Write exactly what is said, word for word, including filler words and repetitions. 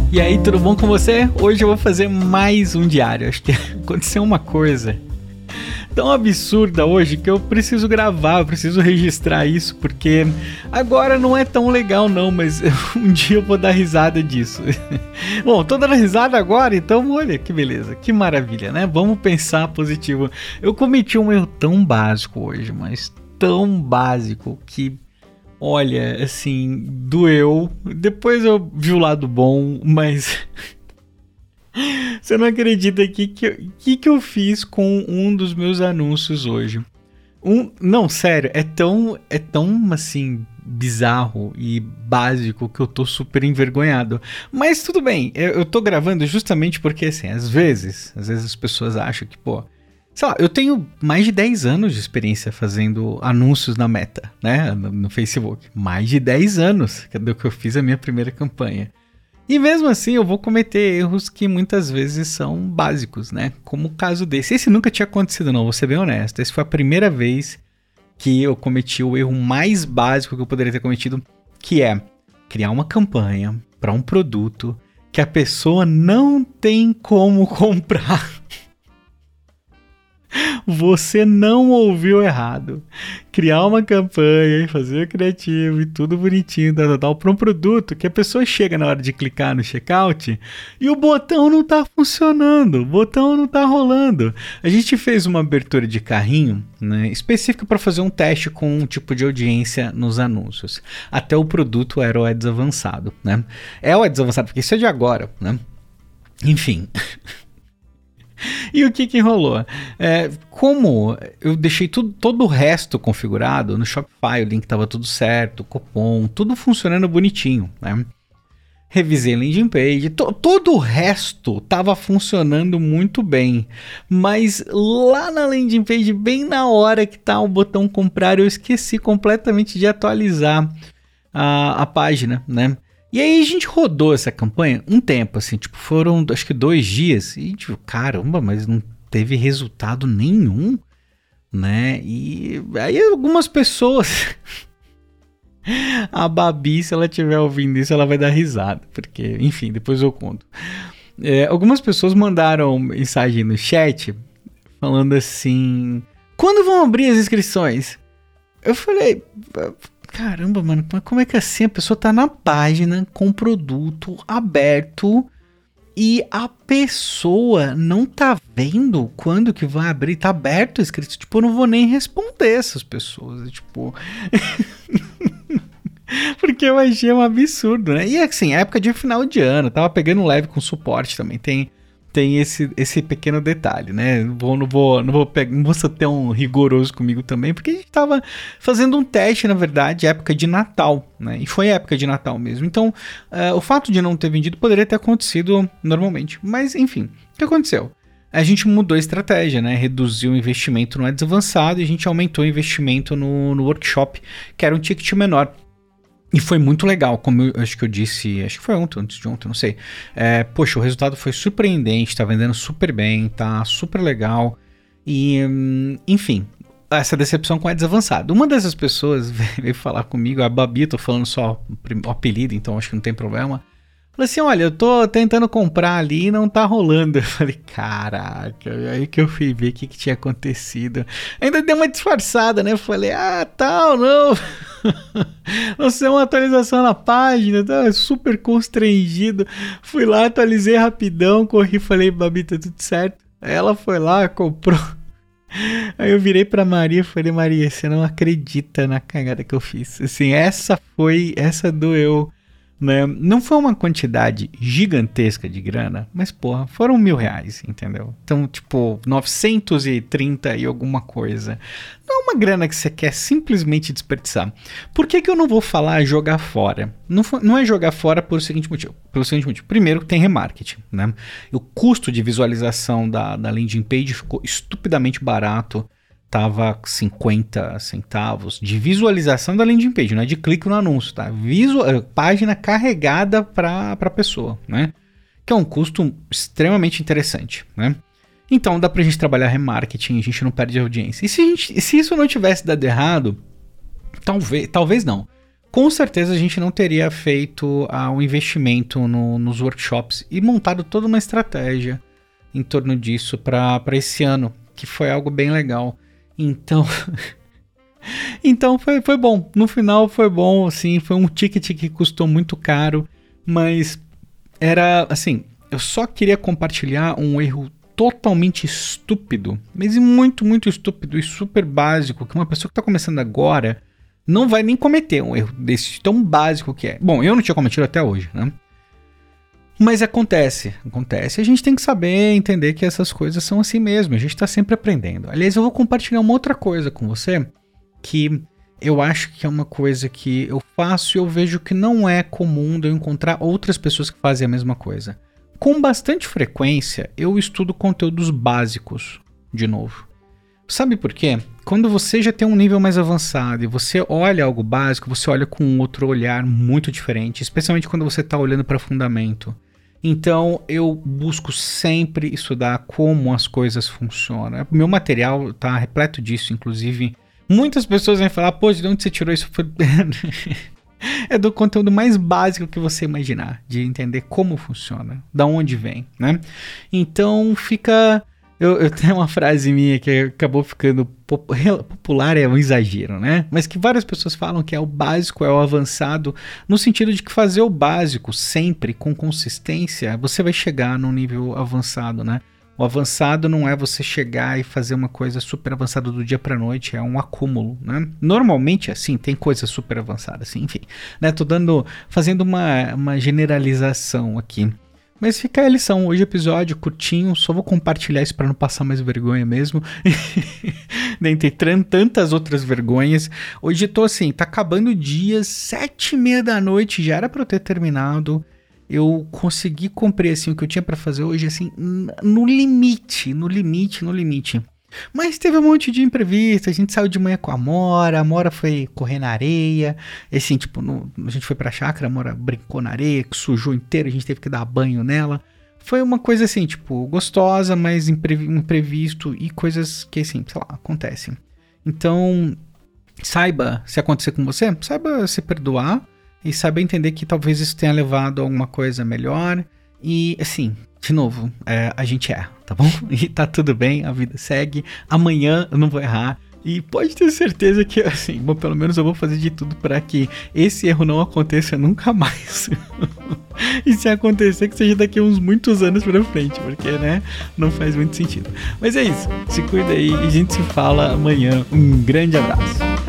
E aí, tudo bom com você? Hoje eu vou fazer mais um diário. Acho que aconteceu uma coisa tão absurda hoje que eu preciso gravar, eu preciso registrar isso, porque agora não é tão legal não, mas um dia eu vou dar risada disso. Bom, tô dando risada agora, então olha que beleza, que maravilha, né? Vamos pensar positivo. Eu cometi um erro tão básico hoje, mas tão básico que... Olha, assim, doeu. Depois eu vi o lado bom, mas... Você não acredita que que, que que eu fiz com um dos meus anúncios hoje. Um, não, sério, é tão, é tão, assim, bizarro e básico que eu tô super envergonhado. Mas tudo bem, eu, eu tô gravando justamente porque, assim, às vezes, às vezes as pessoas acham que, pô... Sei lá, eu tenho mais de dez anos de experiência fazendo anúncios na Meta, né, no, no Facebook. Mais de dez anos, que é que eu fiz a minha primeira campanha. E mesmo assim eu vou cometer erros que muitas vezes são básicos, né, como o caso desse. Esse nunca tinha acontecido não, vou ser bem honesto. Essa foi a primeira vez que eu cometi o erro mais básico que eu poderia ter cometido, que é criar uma campanha para um produto que a pessoa não tem como comprar. Você não ouviu errado. Criar uma campanha, fazer o criativo e tudo bonitinho, tal, tal, para um produto que a pessoa chega na hora de clicar no checkout e o botão não tá funcionando, o botão não tá rolando. A gente fez uma abertura de carrinho, né, específica para fazer um teste com um tipo de audiência nos anúncios. Até o produto era o Ads avançado, né? É o Ads avançado porque isso é de agora, né? Enfim... E o que que rolou? É, como eu deixei tudo, todo o resto configurado no Shopify, o link estava tudo certo, o cupom, tudo funcionando bonitinho, né? Revisei a landing page, to, todo o resto estava funcionando muito bem, mas lá na landing page, bem na hora que tá o botão comprar, eu esqueci completamente de atualizar a, a página, né? E aí a gente rodou essa campanha um tempo, assim, tipo, foram acho que dois dias, e tipo, caramba, mas não teve resultado nenhum, né? E aí algumas pessoas, a Babi, se ela estiver ouvindo isso, ela vai dar risada, porque, enfim, depois eu conto. É, algumas pessoas mandaram mensagem no chat, falando assim, quando vão abrir as inscrições? Eu falei... Caramba, mano, como é que assim a pessoa tá na página com o produto aberto e a pessoa não tá vendo quando que vai abrir, tá aberto escrito, tipo, eu não vou nem responder essas pessoas, tipo... Porque eu achei um absurdo, né? E assim, época de final de ano, tava pegando leve com suporte também, tem... Tem esse, esse pequeno detalhe, né? Não vou, não vou, não vou, pegar, não vou ser tão rigoroso comigo também, porque a gente estava fazendo um teste, na verdade, época de Natal, né? E foi época de Natal mesmo. Então, uh, o fato de não ter vendido poderia ter acontecido normalmente. Mas, enfim, o que aconteceu? A gente mudou a estratégia, né? Reduziu o investimento no Ads avançado e a gente aumentou o investimento no, no workshop, que era um ticket menor. E foi muito legal, como eu acho que eu disse, acho que foi ontem, antes de ontem, não sei. É, poxa, o resultado foi surpreendente, tá vendendo super bem, tá super legal. E, enfim, essa decepção com Ads avançado. Uma dessas pessoas veio falar comigo, a Babi, tô falando só o apelido, então acho que não tem problema. Falei assim, olha, eu tô tentando comprar ali e não tá rolando. Eu falei, caraca, aí que eu fui ver o que, que tinha acontecido. Ainda dei uma disfarçada, né? Eu falei, ah, tal, não. Não sei, uma atualização na página, tá super constrangido. Fui lá, atualizei rapidão, corri, falei, Babi, tá tudo certo. Aí ela foi lá, comprou. Aí eu virei pra Maria e falei, Maria, você não acredita na cagada que eu fiz. Assim, essa foi, essa doeu. Né? Não foi uma quantidade gigantesca de grana, mas porra, foram mil reais, entendeu? Então, tipo, novecentos e trinta e alguma coisa. Não é uma grana que você quer simplesmente desperdiçar. Por que que eu não vou falar jogar fora? Não, não é jogar fora por o seguinte motivo. Pelo seguinte motivo. Primeiro, tem remarketing, né? O custo de visualização da, da landing page ficou estupidamente barato. Tava cinquenta centavos de visualização da landing page, não é de clique no anúncio, tá? Visual, página carregada para a pessoa, né? Que é um custo extremamente interessante, né? Então dá pra gente trabalhar remarketing, a gente não perde audiência. E se, a gente, se isso não tivesse dado errado, talvez, talvez não. com certeza a gente não teria feito ah, um investimento no, nos workshops e montado toda uma estratégia em torno disso para esse ano, que foi algo bem legal. Então, então foi, foi bom. No final foi bom, assim, foi um ticket que custou muito caro, mas era, assim, eu só queria compartilhar um erro totalmente estúpido, mas muito, muito estúpido e super básico, que uma pessoa que está começando agora não vai nem cometer um erro desse tão básico que é. Bom, eu não tinha cometido até hoje, né? Mas acontece, acontece. A gente tem que saber, entender que essas coisas são assim mesmo. A gente está sempre aprendendo. Aliás, eu vou compartilhar uma outra coisa com você, que eu acho que é uma coisa que eu faço e eu vejo que não é comum de eu encontrar outras pessoas que fazem a mesma coisa. Com bastante frequência, eu estudo conteúdos básicos, de novo. Sabe por quê? Quando você já tem um nível mais avançado e você olha algo básico, você olha com um outro olhar muito diferente, especialmente quando você está olhando para fundamento. Então, eu busco sempre estudar como as coisas funcionam. Meu material está repleto disso, inclusive. Muitas pessoas vão falar, pô, de onde você tirou isso? É do conteúdo mais básico que você imaginar, de entender como funciona, da onde vem, né? Então, fica... Eu, eu tenho uma frase minha que acabou ficando pop- popular, é um exagero, né? Mas que várias pessoas falam que é o básico, é o avançado, no sentido de que fazer o básico sempre, com consistência, você vai chegar num nível avançado, né? O avançado não é você chegar e fazer uma coisa super avançada do dia pra noite, é um acúmulo, né? Normalmente, assim, tem coisas super avançadas, assim, enfim, né? Tô dando, fazendo uma, uma generalização aqui. Mas fica a lição, hoje episódio curtinho, só vou compartilhar isso para não passar mais vergonha mesmo, dentre tantas outras vergonhas. Hoje tô assim, tá acabando o dia, sete e meia da noite, já era para eu ter terminado, eu consegui cumprir assim, o que eu tinha para fazer hoje, assim, no limite, no limite, no limite. Mas teve um monte de imprevisto, a gente saiu de manhã com a Amora, a Amora foi correr na areia, assim, tipo, no, a gente foi pra chácara, a Amora brincou na areia, que sujou inteiro, a gente teve que dar banho nela. Foi uma coisa assim, tipo, gostosa, mas imprevi- imprevisto e coisas que, assim, sei lá, acontecem. Então, saiba, se acontecer com você, saiba se perdoar e saiba entender que talvez isso tenha levado a alguma coisa melhor e, assim... De novo, é, a gente erra, tá bom? E tá tudo bem, a vida segue. Amanhã eu não vou errar. E pode ter certeza que, assim, bom, pelo menos eu vou fazer de tudo para que esse erro não aconteça nunca mais. E se acontecer, que seja daqui a uns muitos anos pra frente, porque, né, não faz muito sentido. Mas é isso, se cuida aí e a gente se fala amanhã. Um grande abraço.